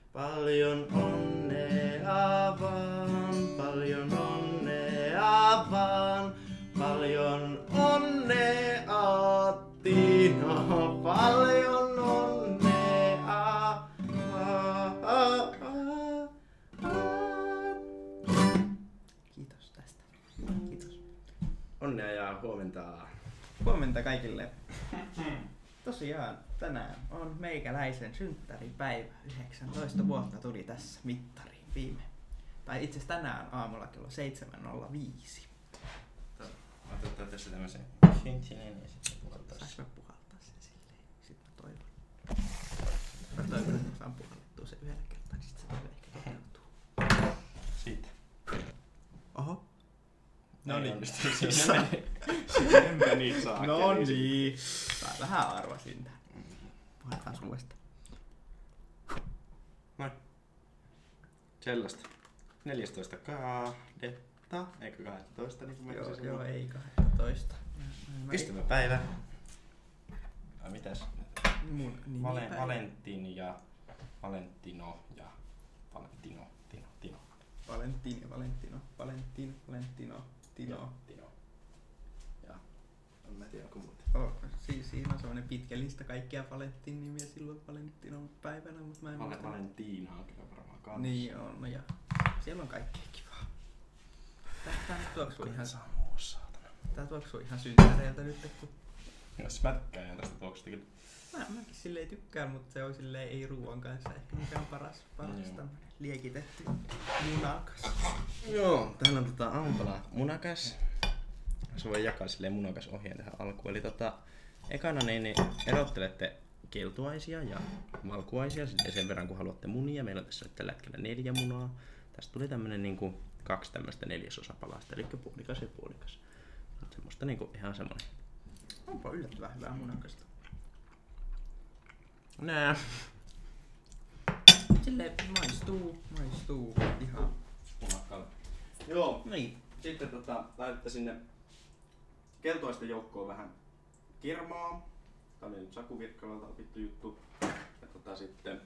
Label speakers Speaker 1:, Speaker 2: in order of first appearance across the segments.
Speaker 1: Paljon onnea vaan, paljon onnea vaan, paljon onnea Tiina, paljon onnea vaan.
Speaker 2: Kiitos tästä. Kiitos.
Speaker 1: Onnea ja huomenta.
Speaker 2: Huomenta kaikille. Tosiaan tänään on meikäläisen synttäripäivä. 19 vuotta tuli tässä mittariin viime. Tai itse asiassa tänään aamulla kello 7.05.
Speaker 1: Otetaan tässä tämmösen syntinen ja sitten puhaltaa.
Speaker 2: Saanko mä puhaltaa sen silleen? Sitten mä toivon. Mä toivon, että mä saan puhallettua sen yhdellä kertaa, niin sit se toivon ehkä toteutuu.
Speaker 1: Siitä.
Speaker 2: Oho.
Speaker 1: No niin.
Speaker 2: Sinne meni saakeli. No niin. Mä vähän arvasin tän. Puhaltaan uudestaan.
Speaker 1: Noin. Sellaista. 14.2. Eikö 12 niin kuin mä
Speaker 2: Joo,
Speaker 1: sanoin?
Speaker 2: joo, ei 12.
Speaker 1: Ystäväpäivä. Mitäs?
Speaker 2: Mun nimipäivä.
Speaker 1: Valentin ja Valentino ja Valentino. Tino. Ja en mä tiedä onko muuta.
Speaker 2: Siinä on semmonen pitkä lista kaikkia Valentin nimiä silloin Valentinon päivänä, mutta mä en muista.
Speaker 1: Valentiina on kyllä varmaan kanssa.
Speaker 2: Niin on, no ja siellä on kaikkea kivaa. Tää tuoksuu ihan Tää tuoksuu ihan synttäreiltä nyt, kun
Speaker 1: Jos mä tykkään tästä tuoksesta kyllä.
Speaker 2: Mäkin silleen tykkään, mutta se on silleen ei ruoan kanssa ehkä mikään paras tämmönen liekitetty munakas.
Speaker 1: Joo, täällä on aamupala munakas. Se voi jakaa silleen munakas ohjeen tähän alkuun. Eli ekana niin erottelette keltuaisia ja valkuaisia sen verran kun haluatte munia. Meillä on tässä nyt tällä hetkellä 4 munaa. Tästä tuli tämmönen niinku 2 tämmöstä 1/4 palasta, eli puolikas ja puolikas. Semmosta niinku ihan semmonen.
Speaker 2: Onpa yllättävän hyvää munakasta.
Speaker 1: Nää.
Speaker 2: Silleen maistuu ihan
Speaker 1: Munakkaalle. Joo.
Speaker 2: niin.
Speaker 1: Sitten laitatte sinne keltuaisten joukkoon vähän kirmaa. Tää oli nyt Saku Virkkalalta opittu juttu. Ja sitten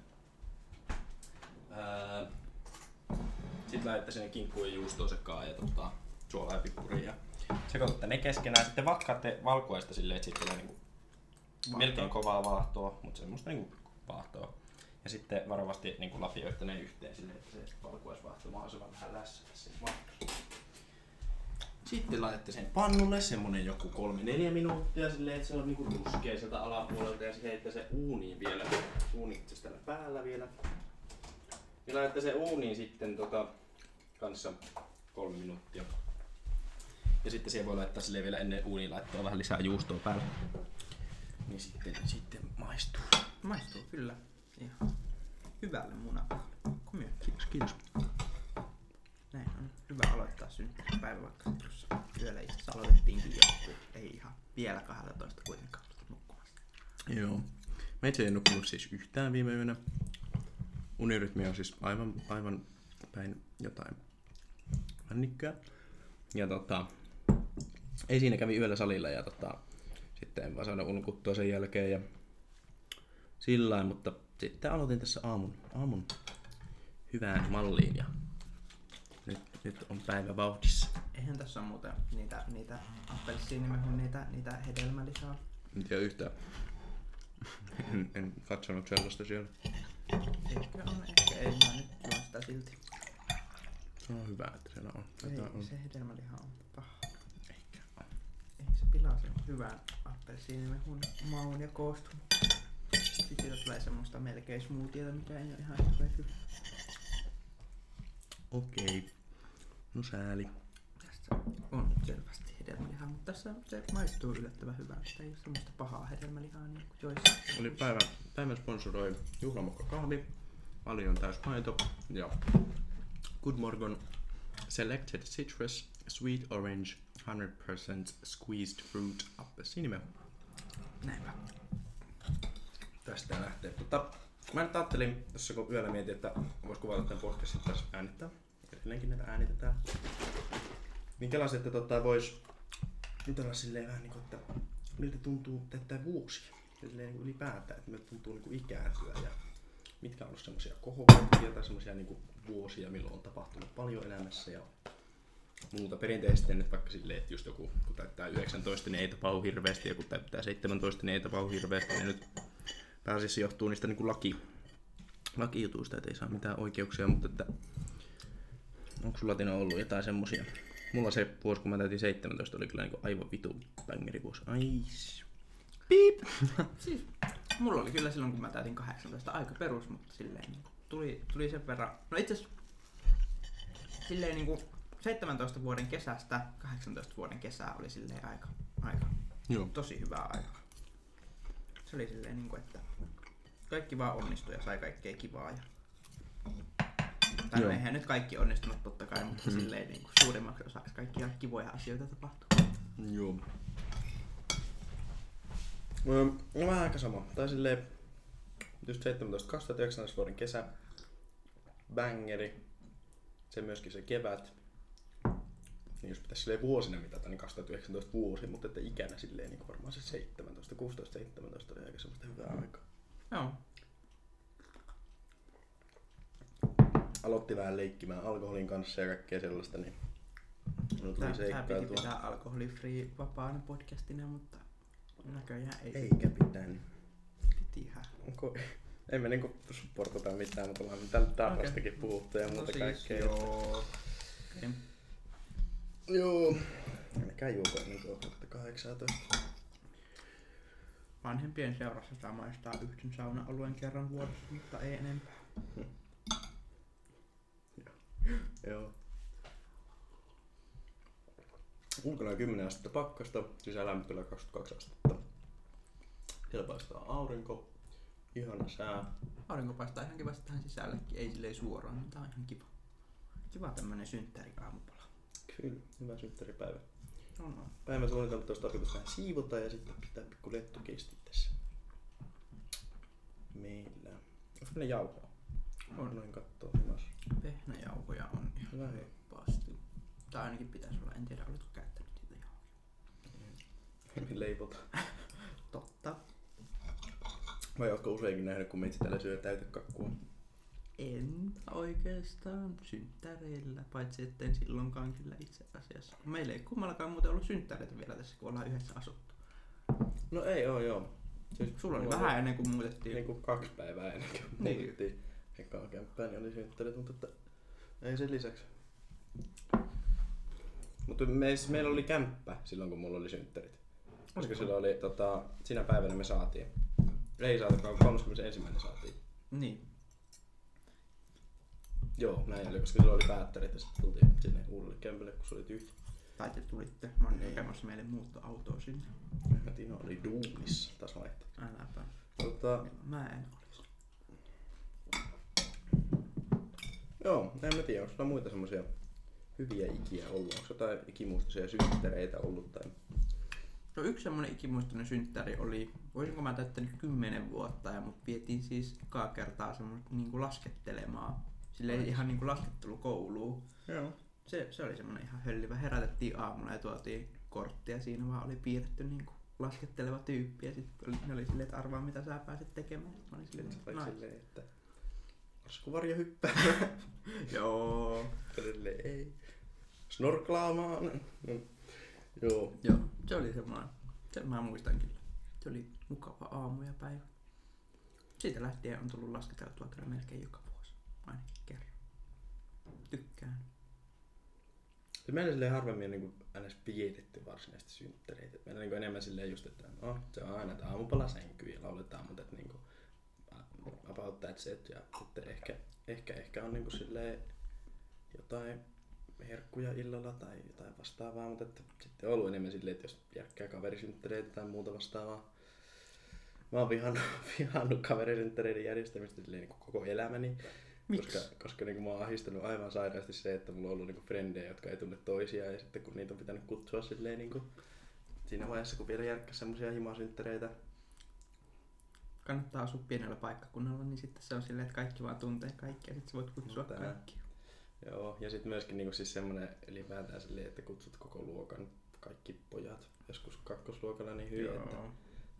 Speaker 1: sit laitatte sinne kinkkua ja juustoa sekaan ja suolaa ja pippuria. Sekoitatte ne keskenään. Sitten vatkaatte valkuaista silleen, että siitä tulee niinku melkein kovaa vaahtoa, mutta semmoista niinku vaahtoa. Ja sitten varovasti niinku lapioitte ne yhteen silleen, että se valkuaisvaahto mahdollisimman vähän lässätä siinä vaahtossa. Sitten laitatte sen pannulle semmonen joku 3-4 minuuttia silleen, että se on niinku ruskea sieltä alapuolelta ja sitten heitte se uuniin vielä. Uuni itse täällä päällä vielä. Ja laitatte sen uuniin sitten kanssa 3 minuuttia. Ja sitten siihen voi laittaa silleen vielä ennen uuniin laittaa vähän lisää juustoa päälle. Niin sitten maistuu.
Speaker 2: Maistuu kyllä ihan hyvälle munakalle.
Speaker 1: Kiitos.
Speaker 2: Näin on hyvä aloittaa synttäripäivä, vaikka se tuossa yöllä itse asiassa aloitettiinkin jo. Ei ihan vielä 12 kuitenkaan nukkumassa.
Speaker 1: Joo. Mä itse en nukkunut siis yhtään viime yönä. Unirytmi on siis aivan päin jotain männikkää. Ja ei siinä kävi yöllä salilla ja sitten en vaan saanut unukuttua sen jälkeen ja sillain, mutta sitten aloitin tässä aamun hyvään malliin ja nyt on päivä vauhdissa.
Speaker 2: Eihän tässä ole muuten niitä appelsiinimehun niitä hedelmälisaa.
Speaker 1: En tiedä yhtään. En katsonut sellaista siellä.
Speaker 2: Ehkä on, ehkä ei. Mä nyt juon sitä silti.
Speaker 1: Se on hyvä, että siellä on.
Speaker 2: Ei, se hedelmäliha on paha.
Speaker 1: Eikä ole.
Speaker 2: Ei se pilaa sen hyvän appelsiinimehun maun ja koostumun. Sitten siitä tulee semmoista melkein smoothieta, mikä ei ole ihan hirveän hyvä.
Speaker 1: Okei. No sääli.
Speaker 2: Tässä on selvästi hedelmälihaa, mutta tässä se maistuu yllättävän hyvältä. Ei ole semmoista pahaa hedelmälihaa niin kuin joissa.
Speaker 1: Oli päivän sponsoroi Juhlamokka kahvi, Valion täysmaito ja Good Morgon Selected Citrus Sweet Orange 100% Squeezed Fruit appelsiinimehu.
Speaker 2: Näinpä.
Speaker 1: Tästä lähtee. Mä nyt ajattelin, tässä kun yöllä mietin, että vois kuvata tämän podcastin tässä äänittää. Edelleenkin näitä äänitetään. Minkälaiset, että vois jutella silleen vähän niinku, että miltä tuntuu tätä vuosia. Ja silleen niinku ylipäätään, että miltä tuntuu niinku ikääntyä ja mitkä on ollut semmosia kohokohtia tai semmosia niinku vuosia, milloin on tapahtunut paljon elämässä ja muuta. Perinteisesti nyt vaikka silleen, että just joku, kun täyttää 19, niin ei tapahdu hirveästi, ja kun täyttää 17, niin ei tapahdu hirveästi, niin nyt pääasiassa johtuu niistä niinku lakijutuista, että ei saa mitään oikeuksia, mutta että onko sulla Tino ollut jotain semmosia? Mulla se vuosi, kun mä täytin 17, oli kyllä niinku aivan vitu bängerivuosi. Piip!
Speaker 2: Siis, mulla oli kyllä silloin, kun mä täytin 18 aika perus, mutta silleen niin tuli sen verran. No itse asiassa silleen niin 17 vuoden kesästä 18 vuoden kesää oli silleen aika
Speaker 1: Joo.
Speaker 2: tosi hyvää aikaa. Se oli silleen niin kuin, että kaikki vaan onnistui ja sai kaikkea kivaa. Tai eihän nyt kaikki onnistunut totta kai, mutta silleen niin kuin suurimmaksi osaksi kaikkia kivoja asioita tapahtuu.
Speaker 1: Joo. No vähän aika sama. Tai silleen just 17-2019 vuoden kesä. Bangeri. Se myöskin se kevät. Niin jos pitäisi silleen vuosina mitata, niin 2019 vuosi, mutta että ikänä silleen niin varmaan se 17, 16, 17 oli aika semmoista hyvää aikaa.
Speaker 2: Joo.
Speaker 1: Aloitti vähän leikkimään alkoholin kanssa ja kaikkea sellaista, niin tuli
Speaker 2: Tää piti
Speaker 1: seikkailtua.
Speaker 2: pitää alkoholi-free vapaana podcastina, mutta näköjään ei.
Speaker 1: Eikä pitänyt.
Speaker 2: Pitihän.
Speaker 1: Ei me niinku supportata mitään, mutta ollaan täällä tarrastakin puhuttu ja muuta kaikkea.
Speaker 2: Joo. Okay.
Speaker 1: Joo. Ainakaan juuko ennen 18.
Speaker 2: Vanhempien seurassa saa maistaa yhden sauna-alueen kerran vuodessa, mutta ei enempää.
Speaker 1: Joo. Ulkona 10 astetta pakkasta, sisällä lämpötila 22 astetta. Siellä paistaa aurinko, ihana sää.
Speaker 2: Aurinko paistaa ihan kivasti tähän sisällekin, ei silleen suoraan, mutta on ihan kiva. Kiva tämmönen synttäri-aamupala.
Speaker 1: Kyllä, hyvä synttäripäivä.
Speaker 2: No.
Speaker 1: Päivän suunnitelmat olisi tarkoitus vähän siivota ja sitten pitää pikku lettokesti tässä. Meillä. Onko ne jauhoa?
Speaker 2: On.
Speaker 1: Noin kattoo himas.
Speaker 2: Vehnäjauhoja on ihan
Speaker 1: Hyvä.
Speaker 2: reippaasti. Tai ainakin pitäisi olla, en tiedä oletko käyttänyt niitä jauhoja.
Speaker 1: Leivota.
Speaker 2: Totta.
Speaker 1: Vai ootko useinkin nähnyt, kun meitsi täällä syö täytekakkua?
Speaker 2: En oikeastaan synttäreillä, paitsi etten silloinkaan kyllä itse asiassa. Meillä ei kummallakaan muuten ollut synttäreitä vielä tässä, kun ollaan yhdessä asuttu.
Speaker 1: No ei oo joo. Siis
Speaker 2: Sulla oli vähän ennen kuin muutettiin.
Speaker 1: Niinku 2 päivää ennen kuin
Speaker 2: Niin.
Speaker 1: muutettiin ekaan kämppään, niin oli synttärit, mutta että ei sen lisäksi. Mutta meillä oli kämppä silloin, kun mulla oli synttärit. Koska silloin oli, sinä päivänä me saatiin. Ei saatukaan, 31. saatiin.
Speaker 2: Niin.
Speaker 1: Joo, näin oli, koska silloin oli päättärit ja sitten tultiin sinne uudelle kämpälle, kun se oli tyhjä.
Speaker 2: Tai te tulitte. Mä olin hakemassa meille muuttoautoa sinne.
Speaker 1: Tino oli duunissa, taas vaihto.
Speaker 2: Äläpä. Mä en olis.
Speaker 1: Joo, en mä tiedä, onko sulla muita semmosia hyviä ikiä ollut? Onko jotain ikimuistoisia synttäreitä ollut? Tai...
Speaker 2: No yksi semmonen ikimuistoinen synttäri oli, voisinko mä täyttänyt 10 vuotta ja mut vietiin siis ekaa kertaa semmoista niinku laskettelemaan. Silleen ihan niinku laskettelukouluun.
Speaker 1: Joo.
Speaker 2: Se oli semmonen ihan höllivä. Herätettiin aamulla ja tuotiin korttia. Siinä vaan oli piirretty niinku lasketteleva tyyppi ja sitten ne oli silleen, että arvaa mitä sä pääset tekemään. Mä olin silleen, että nice.
Speaker 1: Silleen, että olisiko Varjo hyppää?
Speaker 2: Joo.
Speaker 1: Silleen ei. Snorklaamaan. Joo.
Speaker 2: Joo, se oli semmoinen. Sen mä muistan kyllä. Se oli mukava aamu ja päivä. Siitä lähtien on tullut lasketeltua kyllä melkein joka vuosi. Ainakin kerran. Tykkään.
Speaker 1: Meillä silleen harvemmin niin aina vietetty varsinaisesti synttäreitä. Meillä niin enemmän silleen just, että no, se on aina aamupala sänkyyn ja lauletaan, mutta että niin about that set. Ja sitten ehkä on niin silleen jotain herkkuja illalla tai jotain vastaavaa, mutta että sitten on ollut enemmän silleen, että jos järkkää kaverisynttäreitä tai muuta vastaavaa. Mä oon vihannut kaverisynttäreiden järjestämistä silleen niin koko elämäni. Koska niin mä oon ahdistanut aivan sairaasti se, että mulla on ollut niin frendejä, jotka ei tunne toisiaan ja sitten kun niitä on pitänyt kutsua silleen niin siinä vaiheessa, kun vielä järkkäsi semmosia himasynttäreitä.
Speaker 2: Kannattaa asua pienellä paikkakunnalla, niin sitten se on silleen, että kaikki vaan tuntee kaikki ja sitten sä voit kutsua kaikki.
Speaker 1: Joo, ja sitten myöskin niin siis semmonen ylipäätään silleen, että kutsut koko luokan kaikki pojat joskus kakkosluokalla niin hyvin, että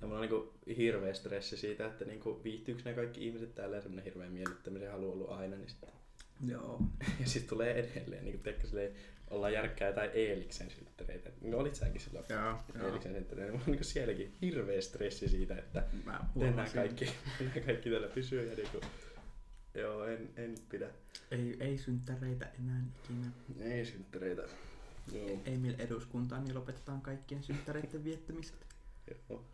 Speaker 1: Ja mulla on niinku hirveä stressi siitä, että niinku viihtyykö ne kaikki ihmiset täällä ja semmonen hirveä miellyttämisen halu ollut aina, niin sitten.
Speaker 2: Joo.
Speaker 1: Ja sit tulee edelleen, niinku teekö silleen, ollaan järkkää jotain Eeliksen synttäreitä. Niin olit säkin silloin Eeliksen synttäreitä, niin mulla on niinku sielläkin hirveä stressi siitä, että nämä kaikki täällä pysyy ja niinku, joo, en pidä.
Speaker 2: Ei synttäreitä enää ikinä.
Speaker 1: Ei synttäreitä. Joo.
Speaker 2: Ei millä eduskuntaan, niin lopetetaan kaikkien synttäreiden viettämiset.
Speaker 1: Joo.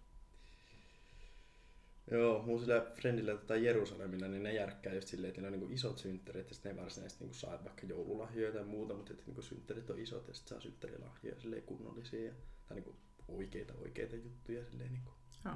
Speaker 1: Joo, mun sillä friendillä Jerusalemilla, niin ne järkkää just silleen, että niillä on niinku isot synttärit ja sitten ne varsinaisesti niinku saa vaikka joululahjoja tai muuta, mutta että niinku synttärit on isot ja sitten saa synttärilahjoja silleen kunnollisia tai niinku oikeita juttuja silleen niinku.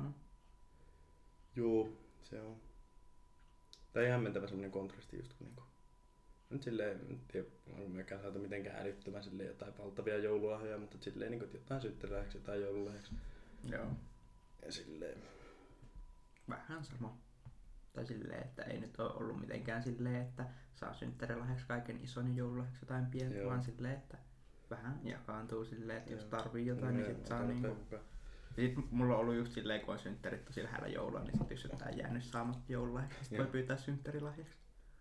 Speaker 1: Joo, se on. Tai hämmentävä semmonen kontrasti just kun niinku. Nyt silleen, en tiedä, onko mekään saatu mitenkään älyttömän silleen jotain valtavia joululahjoja, mutta silleen niinku jotain synttärilahjaksi, jotain joululahjaksi.
Speaker 2: Joo.
Speaker 1: Ja silleen.
Speaker 2: Vähän sama. Tai silleen, että ei nyt ole ollut mitenkään silleen, että saa synttärilahjaksi kaiken ison ja joululahjaksi jotain pientä, vaan silleen, että vähän jakaantuu silleen, että jos tarvii jotain, niin sit saa niinku. Sitten mulla on ollut just silleen, kun on synttärit tosi lähellä joulua, niin sit jos jotain jäänyt saamatta joululahjaksi, sit voi pyytää synttärilahjaksi.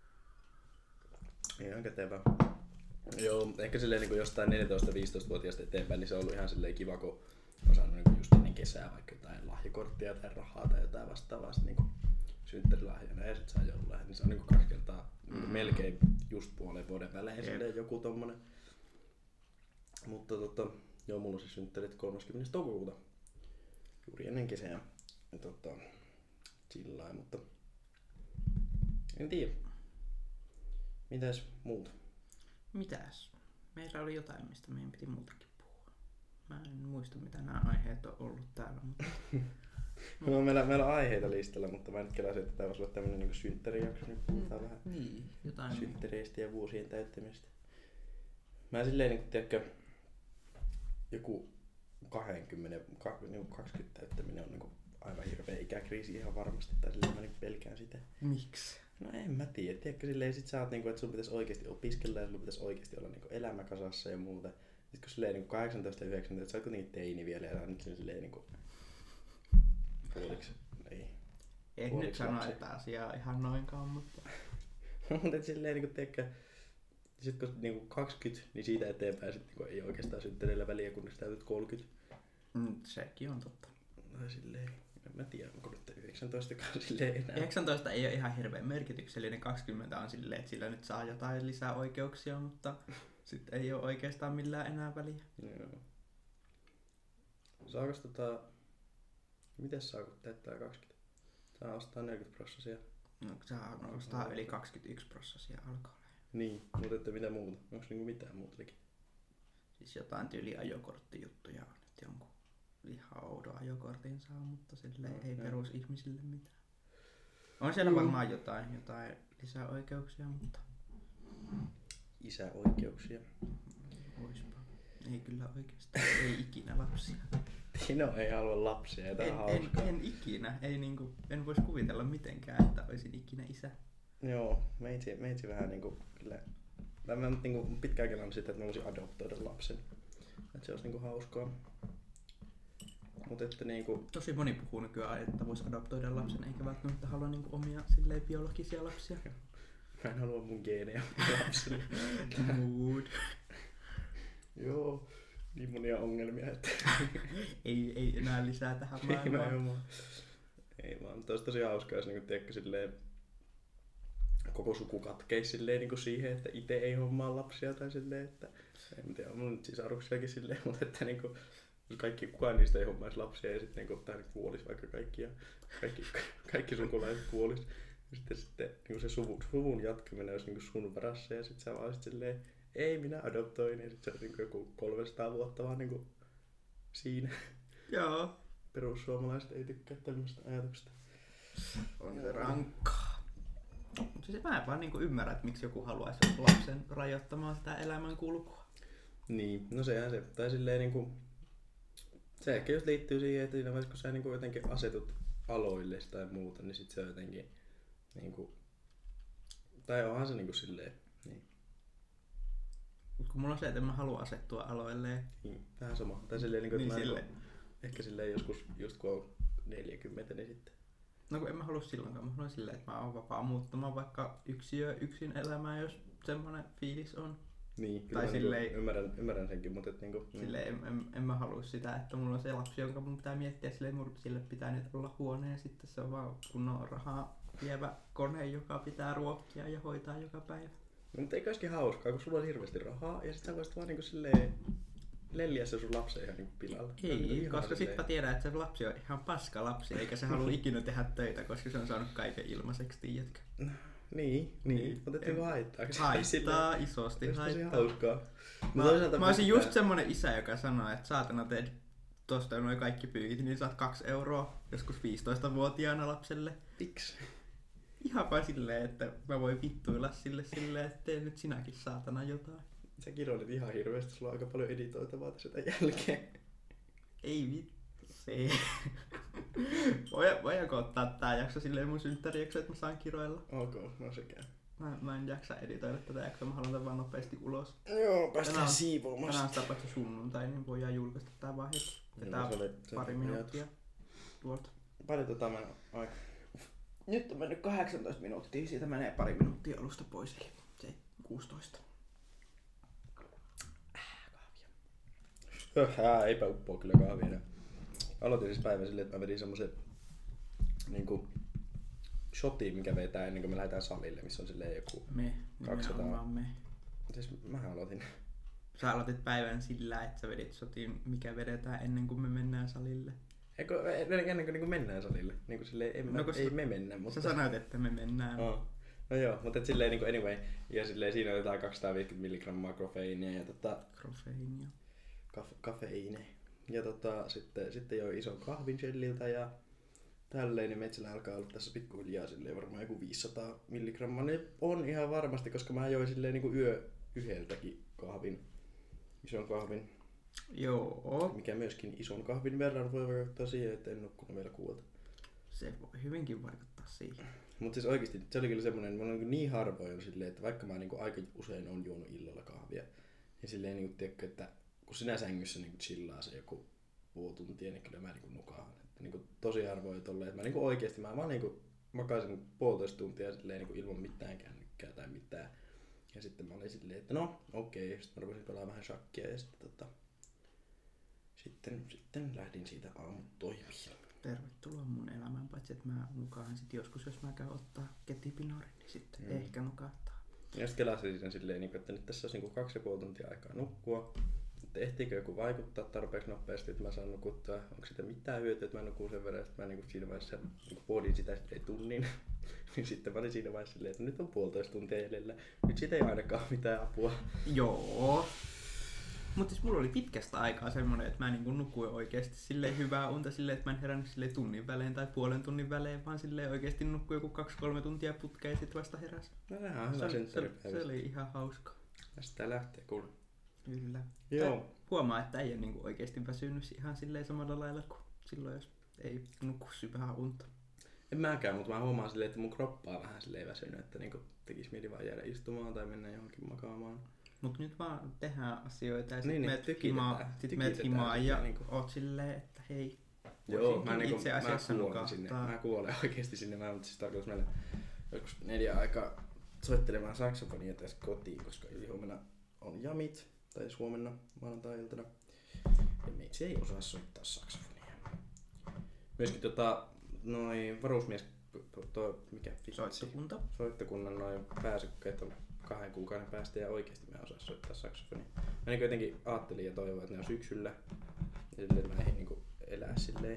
Speaker 1: Ihan kätevä. Joo, ehkä silleen niin jostain 14-15-vuotiaasta eteenpäin, niin se on ollut ihan silleen kiva, kun on saanut niin just ennen kesää vaikka jotain lahjakorttia tai rahaa tai jotain vastaavaa niin synttärilahjana ja sit saa joululahjat, niin se on niin 2 kertaa melkein just puolen vuoden välein silleen joku tommonen. Mutta joo, mulla on siis synttärit 30. toukokuuta. Juuri ennen kesää. Ja chillain, mutta en tiedä. Mitäs muuta?
Speaker 2: Mitäs? Meillä oli jotain, mistä meidän piti muutakin puhua. Mä en muista, mitä nämä aiheet on ollut täällä. Mutta.
Speaker 1: No, meillä on aiheita listalla, mutta mä nyt kelasin, että tää voisi olla tämmönen niin synttärijakso, niin puhutaan vähän
Speaker 2: jotain
Speaker 1: synttäreistä ja vuosien täyttämistä. Mä silleen niin tiedätkö, joku 20 täyttäminen on niin aivan hirveä ikäkriisi ihan varmasti, tai silleen mä niin pelkään sitä.
Speaker 2: Miksi?
Speaker 1: No en mä tiedä, tiedätkö silleen sit sä oot niinku, että sun pitäis oikeesti opiskella ja sun pitäis oikeesti olla niinku elämä kasassa ja muuta. Sit kun silleen niinku 18 ja 19, sä oot kuitenkin teini vielä ja sä oot nyt silleen niinku puoliksi, ei.
Speaker 2: En nyt sano, että asia on ihan noinkaan, mutta.
Speaker 1: Mutta et silleen niinku tiedätkö, sit kun niinku 20, niin siitä eteenpäin sit niinku ei oikeastaan synttäreillä väliä, kunnes täytyt 30.
Speaker 2: Sekin on totta.
Speaker 1: Tai silleen. En mä tiedä, onko nyt 19 silleen enää.
Speaker 2: 19 ei ole ihan hirveän merkityksellinen, 20 on silleen, että sillä nyt saa jotain lisää oikeuksia, mutta sitten ei ole oikeastaan millään enää väliä.
Speaker 1: Joo. Saakos mites saa kun täyttää 20? Saa ostaa 40%.
Speaker 2: No saa ostaa yli 21% alkaa.
Speaker 1: Niin, mutta että mitä muuta? Onko niinku mitään muuta likin?
Speaker 2: Siis jotain tyyli ajokorttijuttuja on nyt jonkun. Ihan oudon ajokortin saa, mutta silleen ei perusihmisille mitään. On siellä varmaan jotain lisäoikeuksia, mutta.
Speaker 1: Isäoikeuksia.
Speaker 2: Oispa. Ei kyllä oikeastaan. Ei ikinä lapsia.
Speaker 1: Tino ei halua lapsia, ja tää on hauskaa.
Speaker 2: En ikinä. Ei niinku, en vois kuvitella mitenkään, että olisin ikinä isä.
Speaker 1: Joo, meitsi vähän niinku kyllä. Mä niinku pitkään kelannut sitä, että mä voisin adoptoida lapsen. Että se olisi niinku hauskaa. Että niinku.
Speaker 2: Tosi moni puhuu nykyään, että vois adoptoida lapsen, eikä välttämättä halua niinku omia silleen biologisia lapsia.
Speaker 1: Mä en halua mun geenejä lapsille.
Speaker 2: Mood.
Speaker 1: Joo, niin monia ongelmia, että.
Speaker 2: ei enää lisää tähän maailmaan.
Speaker 1: Ei vaan, mutta olisi tosi hauskaa, jos niinku tiedätkö silleen koko suku katkeisi silleen niinku siihen, että ite ei hommaa lapsia tai silleen, että en tiedä, on mun nyt sisaruksiakin silleen, mutta että niinku kukaan niistä ei hommaisi lapsia ja sitten niinku kuolisi vaikka kaikki ja kaikki sukulaiset kuolis. Ja sitten niinku se suvun jatkaminen olisi niinku sun varassa ja sitten sä vaan silleen, ei minä adoptoin ja sitten se olisi niinku joku 300 vuotta vaan niinku siinä.
Speaker 2: Joo.
Speaker 1: Perussuomalaiset ei tykkää tämmöistä ajatuksesta.
Speaker 2: On se rankkaa. Siis mä en vaan niinku ymmärrä, että miksi joku haluaisi lapsen rajoittamaan sitä elämän kulkua.
Speaker 1: Niin, no sehän se. Tai silleen niinku. Se ehkä just liittyy siihen, että siinä vaiheessa kun sä niinku jotenkin asetut aloille tai muuta, niin sit se on jotenkin niinku. Tai onhan se niinku silleen. Niin.
Speaker 2: Mut kun mulla on se, että en mä halua asettua aloille.
Speaker 1: Niin, vähän sama. Tai silleen niinku, että
Speaker 2: niin
Speaker 1: mä
Speaker 2: silleen.
Speaker 1: ehkä silleen joskus, just kun on 40, niin sitten.
Speaker 2: No kun en mä halua silloinkaan, mä haluan silleen, että mä oon vapaa muuttamaan vaikka yksi yö yksin elämään, jos semmonen fiilis on.
Speaker 1: Niin,
Speaker 2: Tai silleen,
Speaker 1: ymmärrän senkin, mutta et niinku...
Speaker 2: Silleen en mä halua sitä, että mulla on se lapsi, jonka mun pitää miettiä, silleen sille pitää nyt olla huone ja sitten se on vaan kunnon rahaa vievä kone, joka pitää ruokkia ja hoitaa joka päivä.
Speaker 1: No, mutta eikö olisikin hauskaa, kun sulla on hirveästi rahaa ja sit sä voisit vaan niinku silleen lelliä se sun lapsen ihan niinku pilalla.
Speaker 2: Ei, koska sit mä tiedän, että se lapsi on ihan paska lapsi, eikä se halua ikinä tehdä töitä, koska se on saanut kaiken ilmaiseksi, tiedätkö?
Speaker 1: Niin. Mutta et niinku haittaa.
Speaker 2: Haittaa, isosti
Speaker 1: haittaa.
Speaker 2: haittaa.
Speaker 1: Hauskaa.
Speaker 2: Mä olisin just semmonen isä, joka sanoo, että saatana teet tosta noin kaikki pyykit, niin saat 2 euroa joskus 15-vuotiaana lapselle.
Speaker 1: Miksi?
Speaker 2: Ihan vaan silleen, että mä voin vittuilla sille silleen, että tee nyt sinäkin saatana jotain.
Speaker 1: Sä kiroilit ihan hirveästi, sulla on aika paljon editoitavaa tässä tämän jälkeen.
Speaker 2: Ei vittu. Se. Voidaanko ottaa tää jakso silleen mun synttärijakso, että mä saan kiroilla?
Speaker 1: Ok, no sekään.
Speaker 2: Mä en jaksa editoida tätä jaksoa, mä haluan tän vaan nopeasti ulos.
Speaker 1: Joo, päästään siivoamasta.
Speaker 2: Tänään on sitä paitsi sunnuntai, niin voidaan julkaista tää vaan heti. Ja tää on pari minuuttia tuolta.
Speaker 1: Paljon mennä aika?
Speaker 2: Nyt on mennyt 18 minuuttia, siitä menee pari minuuttia alusta pois, eli se 16.
Speaker 1: Kahvia. Eipä uppoa kyllä kahvia enää. Aloitin siis päivän silleen, että mä vedin semmosen niinku shotiin, mikä vetää ennen kuin me lähdetään salille, missä on silleen joku 200. Siis mähän aloitin.
Speaker 2: Sä aloitit päivän sillä, että sä vedit shotin, mikä vedetään ennen kuin me mennään salille.
Speaker 1: Eikö ennen kuin niinku mennään salille? Niinku silleen, ei me mennä, mutta...
Speaker 2: Sä sanoit, että me mennään.
Speaker 1: No joo, mutta et silleen niinku anyway. Ja silleen siinä otetaan 250 milligrammaa kofeiinia ja
Speaker 2: Kofeiinia.
Speaker 1: Kafeiinia. Ja sitten joi ison kahvin Shelliltä ja tälleen, niin metsällä alkaa olla tässä pikkuhiljaa silleen varmaan joku 500 milligrammaa. Ne on ihan varmasti, koska mä join silleen niinku yhdeltäkin ison kahvin.
Speaker 2: Joo.
Speaker 1: Mikä myöskin ison kahvin verran voi vaikuttaa siihen, että en nukkunut vielä 6.
Speaker 2: Se voi hyvinkin vaikuttaa siihen.
Speaker 1: Mutta siis oikeesti se oli kyllä semmonen, mulla on niin harvoin silleen, että vaikka mä niinku aika usein on juonut illalla kahvia, niin silleen niinku tiedätkö, että kun sinä sängyssä niinku chillaa se joku puoli tuntia, niin kyllä mä niinku nukaan. Että niinku tosi harvoin tolleen, että mä niinku oikeesti mä vaan niinku makasin 1,5 tuntia silleen niinku ilman mitään kännykkää tai mitään. Ja sitten mä olin silleen, että no okei, sitten mä rupesin pelaamaan vähän shakkia ja sitten lähdin siitä aamutoimiin.
Speaker 2: Tervetuloa mun elämään, paitsi että mä nukaan sit joskus, jos mä käyn ottaa ketipinorin, niin sitten ehkä nukahtaa.
Speaker 1: Ja sitten kelasin siinä silleen, että nyt tässä olisi 2,5 tuntia aikaa nukkua. Että ehtiikö joku vaikuttaa tarpeeksi nopeasti, että mä saan nukuttua. Onko sitä mitään hyötyä, että mä nukun sen verran, että mä siinä vaiheessa pohdin sitä tunnin. Niin sitten mä olin siinä vaiheessa silleen, että nyt on 1,5 tuntia jäljellä. Nyt siitä ei ainakaan mitään apua.
Speaker 2: Joo. Mutta siis mulla oli pitkästä aikaa semmonen, että mä niinku nukuin oikeesti silleen hyvää unta silleen, että mä en herännyt silleen tunnin välein tai puolen tunnin välein, vaan silleen oikeesti nukuin joku 2-3 tuntia putkeen ja sit vasta heräs.
Speaker 1: No sehän on hyvä synttäripäivä.
Speaker 2: Se oli ihan hauska.
Speaker 1: Tästä lähtee kuule.
Speaker 2: Kyllä.
Speaker 1: Joo.
Speaker 2: Huomaa, että ei ole niinku oikeesti väsynyt ihan silleen samalla lailla kuin silloin, jos ei nuku syvää unta.
Speaker 1: En mäkään, mutta mä huomaan silleen, että mun kroppa on vähän silleen väsynyt, että niinku tekis mieli vaan jäädä istumaan tai mennä johonkin makaamaan.
Speaker 2: Mut nyt vaan tehdään asioita ja sit
Speaker 1: niin,
Speaker 2: meet himaan ja niinku oot silleen, että hei.
Speaker 1: Joo, mä
Speaker 2: itse asiassa
Speaker 1: kuolen sinne. Mä kuolen oikeesti sinne. Mä siis tarkoitus mennä joskus 4 aikaa soittelemaan saksofonia tässä kotiin, koska ylihuomenna on jamit, tai huomenna maanantai-iltana. Ja meitsi ei osaa soittaa saksofonia. Myöskin noi varusmies, mikä soittokunnan noin pääsykkeet on 2 kuukauden päästä ja oikeesti mä osaan soittaa saksofonia. Mä niin jotenkin ajattelin ja toivon, että ne on syksyllä. Ja silleen mä eihin niinku elää silleen.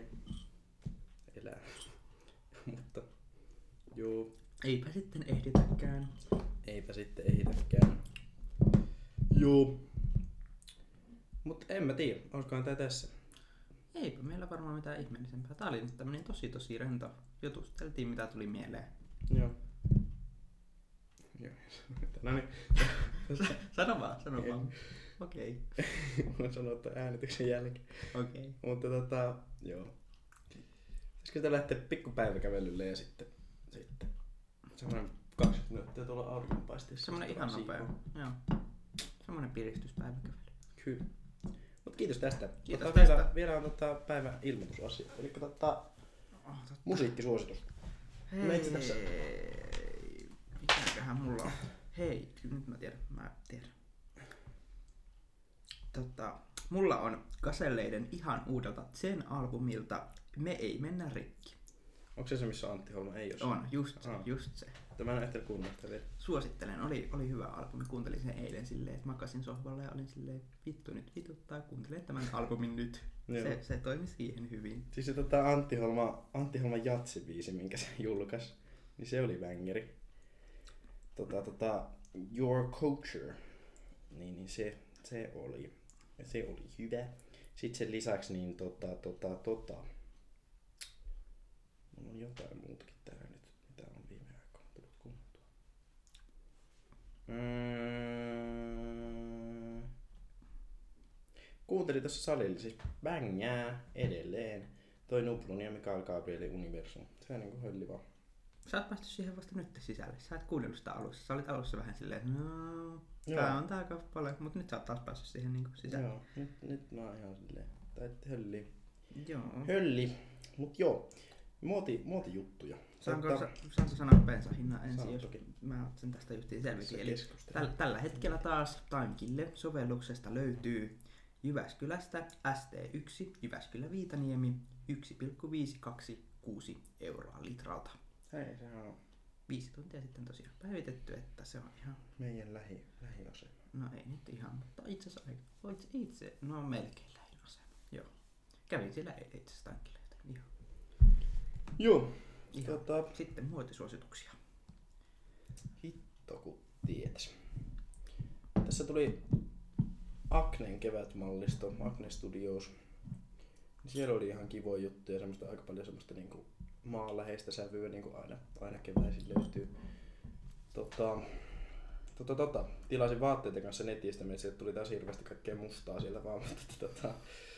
Speaker 1: Mutta joo.
Speaker 2: Eipä sitten ehditäkään.
Speaker 1: Joo. Mut en mä tiedä, olisikohan tää tässä.
Speaker 2: Eipä meillä varmaan mitään ihmeellisempää. Tää oli nyt tämmönen tosi rento. Jutusteltiin mitä tuli mieleen.
Speaker 1: Joo. No niin.
Speaker 2: Sano vaan. Okei.
Speaker 1: Voin sanoa tämän äänityksen jälkeen.
Speaker 2: Okei.
Speaker 1: Mutta joo. Pitäisikö sitä lähteä pikkupäiväkävelylle ja sitten semmoinen 20 minuuttia tuolla auringonpaisteessa.
Speaker 2: Semmoinen ihan nopea. Joo. Semmoinen piristyspäiväkävely.
Speaker 1: Kyllä. Mut kiitos tästä.
Speaker 2: Kiitos tästä.
Speaker 1: Vielä on päivän ilmoitusasia. Eli Musiikkisuositus.
Speaker 2: Hei, mikäköhän mulla on? Hei, nyt mä tiedän. Mulla on Gazelleiden ihan uudelta Zen-albumilta Me ei mennä rikki.
Speaker 1: Onko se missä Antti Holma ei ole?
Speaker 2: On, just se.
Speaker 1: Mä en ehtinyt kuunnella vielä.
Speaker 2: Suosittelen, oli hyvä albumi. Kuuntelin sen eilen silleen, että makasin sohvalla ja olin silleen, vittu nyt vituttaa, kuuntelen tämän albumin nyt. Se toimi siihen hyvin.
Speaker 1: Siis se Antti Holman Jatsi-biisi, minkä se julkaisi, niin se oli bängeri. Your Culture, niin se oli hyvä. Sitten sen lisäksi niin mulla on jotain muutakin täällä nyt, mitä on viime aikoina tullut kuunneltua. Kuuntelin tässä salilla siis bängää edelleen. Toi Nuplun ja Mikael Gabrielin Universum. Se on niinku hölli vaan.
Speaker 2: Sä oot päästy siihen vasta nyt sisälle. Sä et kuunnellut sitä alussa. Sä olit alussa vähän silleen, että tää on tää kappale, mut nyt sä oot taas päässyt siihen niinku sisälle.
Speaker 1: Joo, nyt mä oon ihan silleen, tää hölli.
Speaker 2: Joo.
Speaker 1: Hölli, mut joo. Muotijuttuja.
Speaker 2: Saanko sanoa bensahinnan ensin, jos
Speaker 1: toki.
Speaker 2: mä oon sen tästä justiin selvitin. Eli tällä hetkellä taas Timekille-sovelluksesta löytyy Jyväskylästä ST1 Jyväskylä-Viitaniemi 1,526 euroa litralta.
Speaker 1: Hei, se on
Speaker 2: 5 tuntia sitten tosiaan päivitetty, että se on ihan...
Speaker 1: meidän lähiasema.
Speaker 2: No ei nyt ihan, mutta itse asiassa no melkein lähiasema. Joo. Kävin siellä eilen itse asiassa tankilla, joten ihan...
Speaker 1: Joo.
Speaker 2: Sitten muotisuosituksia.
Speaker 1: Hitto kun tietäis. Tässä tuli Acnen kevätmallisto, Acne Studios. Siellä oli ihan kivoja juttuja, semmoista aika paljon semmoista niinku maanläheistä sävyä, niinku aina keväisin löytyy. Tilasin vaatteiden kanssa netistä, sieltä tuli taas hirveästi kaikkea mustaa sieltä vaan, mutta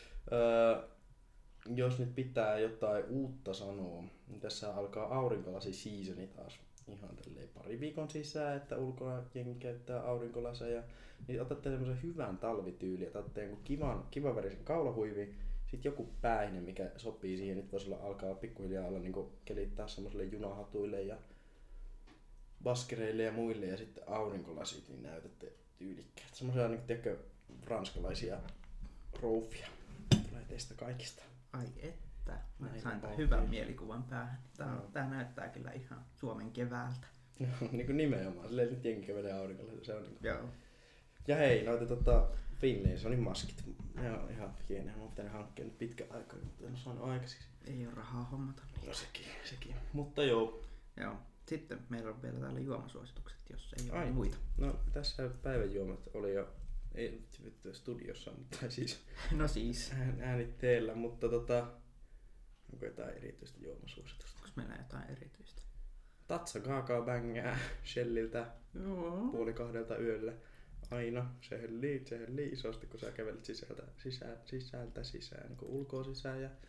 Speaker 1: jos nyt pitää jotain uutta sanoa, niin tässä alkaa aurinkolasi seasoni taas ihan tälleen pari viikon sisään, että ulkona jengi käyttää aurinkolaseja. Niin otatte semmoisen hyvän talvityyli, että otatte jonkun kivan värisen kaulahuivin, sitten joku päähinen, mikä sopii siihen, nyt voisi alkaa pikkuhiljaa olla niin kelittää semmoiselle junahatuille ja baskereille ja muille, ja sitten aurinkolasit, niin näytätte tyylikkäät. Semmoisia niin tiedätkö, ranskalaisia roufia tulee teistä kaikista.
Speaker 2: Ai että, mä sain tämän hyvän mielikuvan päähän. Tää näyttää kyllä ihan Suomen keväältä.
Speaker 1: Niin kuin nimenomaan, silleen nyt jengi kävelee aurinkolla, se on niinku...
Speaker 2: Joo.
Speaker 1: Ja hei, noita Finlaysonin maskit, ne on ihan hienoja, mä oon pitänyt hankkia nyt pitkän aikaa, mutta en oo saanut aikaiseksi.
Speaker 2: Ei oo rahaa hommata.
Speaker 1: No sekin. Mutta joo.
Speaker 2: Joo. Sitten meillä on vielä täällä juomasuositukset, jos ei ole muita.
Speaker 1: No tässä päivän juomat oli jo, ei studiossa, mutta siis...
Speaker 2: No siis.
Speaker 1: Äänitteellä, mutta onko jotain erityistä juomasuositusta?
Speaker 2: Onko meillä jotain erityistä?
Speaker 1: Tatsa kaakao bängää Shelliltä.
Speaker 2: Joo.
Speaker 1: 1:30 yöllä. Aina se höllii isosti, kun sä kävelet sisältä sisään, niin kuin ulkoa sisään ja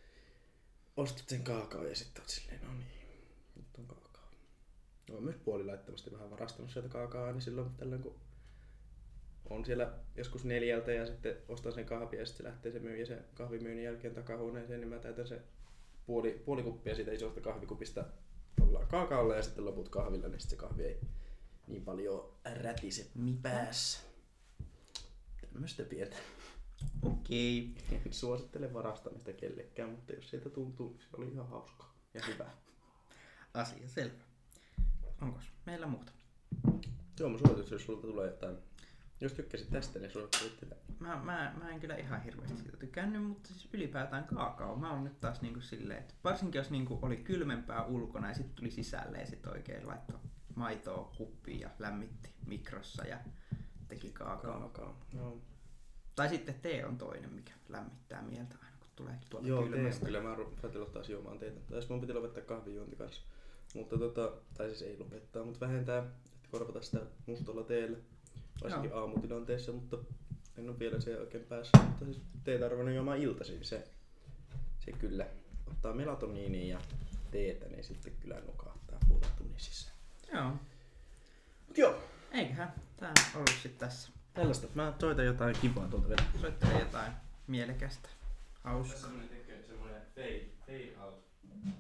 Speaker 1: ostat sen kaakao ja sitten oot silleen, no niin, nyt on kaakao. Olen myös puolilaittomasti vähän varastanut sieltä kaakaoa, niin silloin tällöin kun on siellä joskus 4 ja sitten ostan sen kahvia ja sitten se lähtee se myyjä sen kahvimyynnin jälkeen takahuoneeseen, niin mä täytän se puoli kuppia siitä isosta kahvikupista kaakaolla ja sitten loput kahvilla, niin sitten se kahvi ei niin paljon rätise päässä. Tämmöstä pientä.
Speaker 2: Okei.
Speaker 1: En suosittele varastamista kellekään, mutta jos sieltä tuntuu, niin se oli ihan hauskaa ja hyvää.
Speaker 2: Asia selvä. Onkos meillä muuta?
Speaker 1: Joo, mä suosittelen, jos sulta tulee jotain. Jos tykkäsit tästä, niin suosittelit tätä.
Speaker 2: Mä en kyllä ihan hirveästi siitä tykännyt, mutta siis ylipäätään kaakao. Mä oon nyt taas niinku silleen, että varsinkin jos niinku oli kylmempää ulkona ja sitten tuli sisälle ja sitten oikein laittoi maitoa kuppiin ja lämmitti mikrossa ja teki kaakao.
Speaker 1: No.
Speaker 2: Tai sitten tee on toinen, mikä lämmittää mieltä aina kun tulee tuolta
Speaker 1: kylmästä. Joo,
Speaker 2: kyllä
Speaker 1: mä päätin taas juomaan teitä. Tai mun piti lopettaa kahvijuonti kanssa. Mutta tai siis ei lopettaa, mutta vähentää, että korvata sitä mustalla teellä. Varsinkin aamutilanteessa, mutta en ole vielä se oikein päässyt. Mutta siis teetä arvannut juomaan iltaisin, se kyllä ottaa melatoniinia ja teetä, niin sitten kyllä nukahtaa puolen tunnin sisään.
Speaker 2: Joo.
Speaker 1: Mut joo.
Speaker 2: Eiköhän tää ollut sit tässä.
Speaker 1: Tällaista. Mä soitan jotain kivaa tuolta vielä.
Speaker 2: Soittele jotain mielekästä. Hauskaa.
Speaker 1: Tässä semmonen fade out.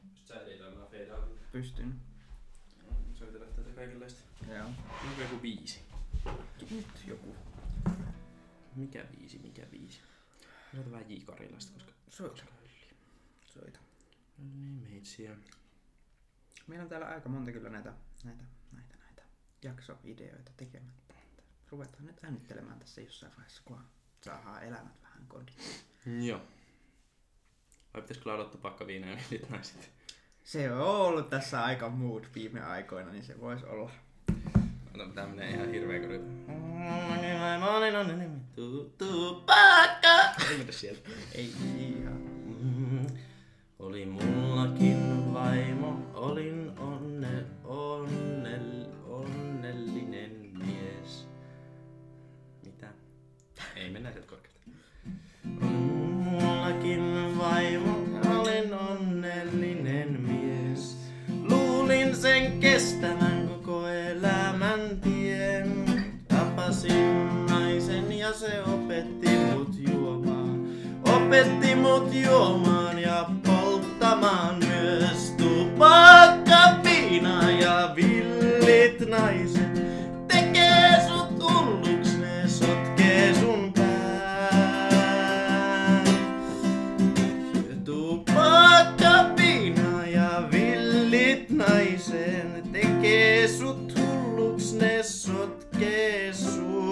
Speaker 2: Pystyn.
Speaker 1: Soitella tätä kaikenlaista.
Speaker 2: Joo.
Speaker 1: Onko joku biisi?
Speaker 2: Nyt joku.
Speaker 1: Mikä biisi? Soita vähän J. Karilasta, koska...
Speaker 2: Soita.
Speaker 1: Niin meitsiä.
Speaker 2: Meillä on täällä aika monta kyllä näitä jaksoideoita tekemättä. Ruvetaan nyt äänittelemään tässä jossain vaiheessa, kun saadaan elämät vähän kodin.
Speaker 1: Joo. Vai pitäisikö laulaa tupakkaviinaa ja villit naiset?
Speaker 2: Se on ollut tässä aika mood viime aikoina, niin se voisi olla.
Speaker 1: Tää menee ihan hirveä korita. Tupakka! Ei mitä sieltä.
Speaker 2: Ei ihan.
Speaker 1: Oli mullakin vaimo, olin onnellinen mies. Mitä? Ei mennä sieltä korkealta. Oli mullakin vaimo, olin onnellinen mies. Luulin sen kestävän koko elämän tien. Tapasin naisen ja se opetti mut juomaan ja polttamaan myös tupakka, viina ja villit naiset. Tekee sut hulluks, ne sotkee sun pään. Tupakka, viina ja villit naiset. Tekee sut hulluks, ne sotkee sun